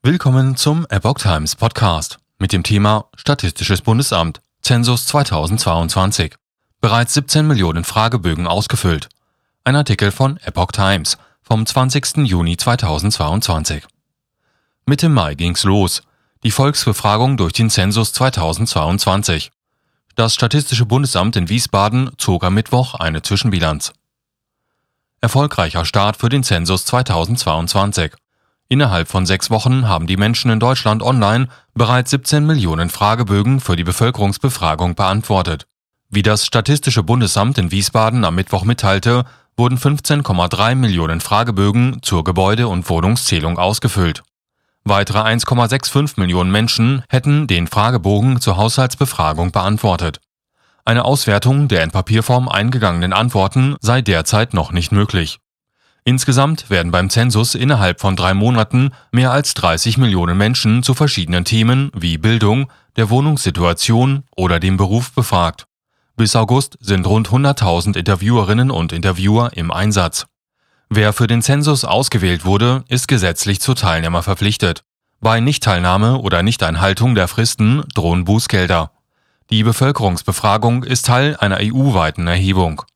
Willkommen zum Epoch Times Podcast mit dem Thema Statistisches Bundesamt, Zensus 2022. Bereits 17 Millionen Fragebögen ausgefüllt. Ein Artikel von Epoch Times vom 20. Juni 2022. Mitte Mai ging's los. Die Volksbefragung durch den Zensus 2022. Das Statistische Bundesamt in Wiesbaden zog am Mittwoch eine Zwischenbilanz. Erfolgreicher Start für den Zensus 2022. Innerhalb von 6 Wochen haben die Menschen in Deutschland online bereits 17 Millionen Fragebögen für die Bevölkerungsbefragung beantwortet. Wie das Statistische Bundesamt in Wiesbaden am Mittwoch mitteilte, wurden 15,3 Millionen Fragebögen zur Gebäude- und Wohnungszählung ausgefüllt. Weitere 1,65 Millionen Menschen hätten den Fragebogen zur Haushaltsbefragung beantwortet. Eine Auswertung der in Papierform eingegangenen Antworten sei derzeit noch nicht möglich. Insgesamt werden beim Zensus innerhalb von 3 Monaten mehr als 30 Millionen Menschen zu verschiedenen Themen wie Bildung, der Wohnungssituation oder dem Beruf befragt. Bis August sind rund 100.000 Interviewerinnen und Interviewer im Einsatz. Wer für den Zensus ausgewählt wurde, ist gesetzlich zur Teilnahme verpflichtet. Bei Nichtteilnahme oder Nichteinhaltung der Fristen drohen Bußgelder. Die Bevölkerungsbefragung ist Teil einer EU-weiten Erhebung.